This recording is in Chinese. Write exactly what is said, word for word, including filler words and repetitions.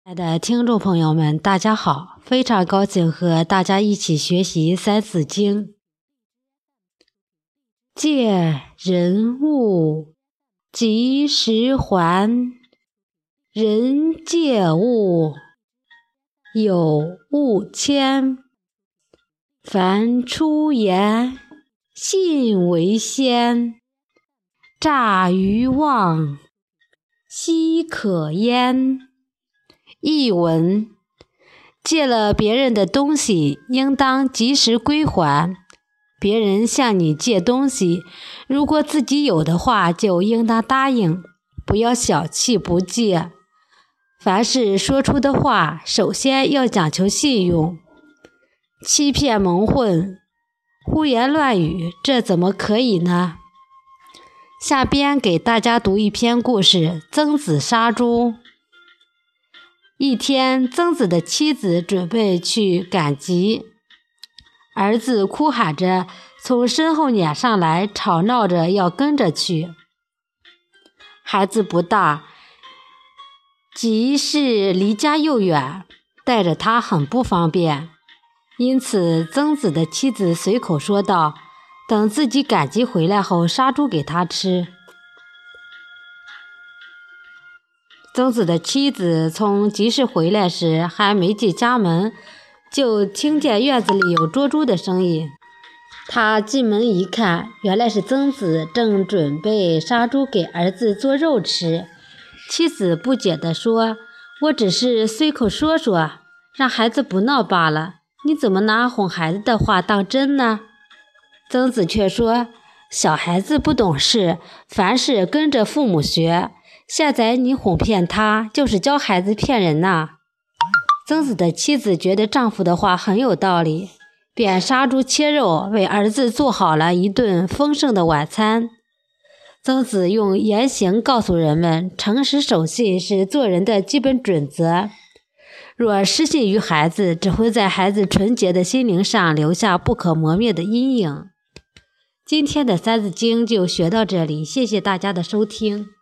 亲爱的听众朋友们，大家好，非常高兴和大家一起学习《三字经》。借人物，及时还。人借物，有物迁。凡出言，信为先。诈于妄，奚可焉？译文：借了别人的东西，应当及时归还。别人向你借东西，如果自己有的话，就应当答应，不要小气不借。凡是说出的话，首先要讲求信用。欺骗蒙混，胡言乱语，这怎么可以呢？下边给大家读一篇故事：曾子杀猪。一天，曾子的妻子准备去赶集，儿子哭喊着从身后撵上来，吵闹着要跟着去。孩子不大，集市离家又远，带着他很不方便，因此曾子的妻子随口说道：“等自己赶集回来后，杀猪给他吃。”曾子的妻子从集市回来时，还没进家门，就听见院子里有捉猪的声音。他进门一看，原来是曾子正准备杀猪给儿子做肉吃。妻子不解地说：“我只是随口说说，让孩子不闹罢了，你怎么拿哄孩子的话当真呢？”曾子却说：“小孩子不懂事，凡事跟着父母学。现在你哄骗他，就是教孩子骗人呐。”曾子的妻子觉得丈夫的话很有道理，便杀猪切肉，为儿子做好了一顿丰盛的晚餐。曾子用言行告诉人们，诚实守信是做人的基本准则。若失信于孩子，只会在孩子纯洁的心灵上留下不可磨灭的阴影。今天的三字经就学到这里，谢谢大家的收听。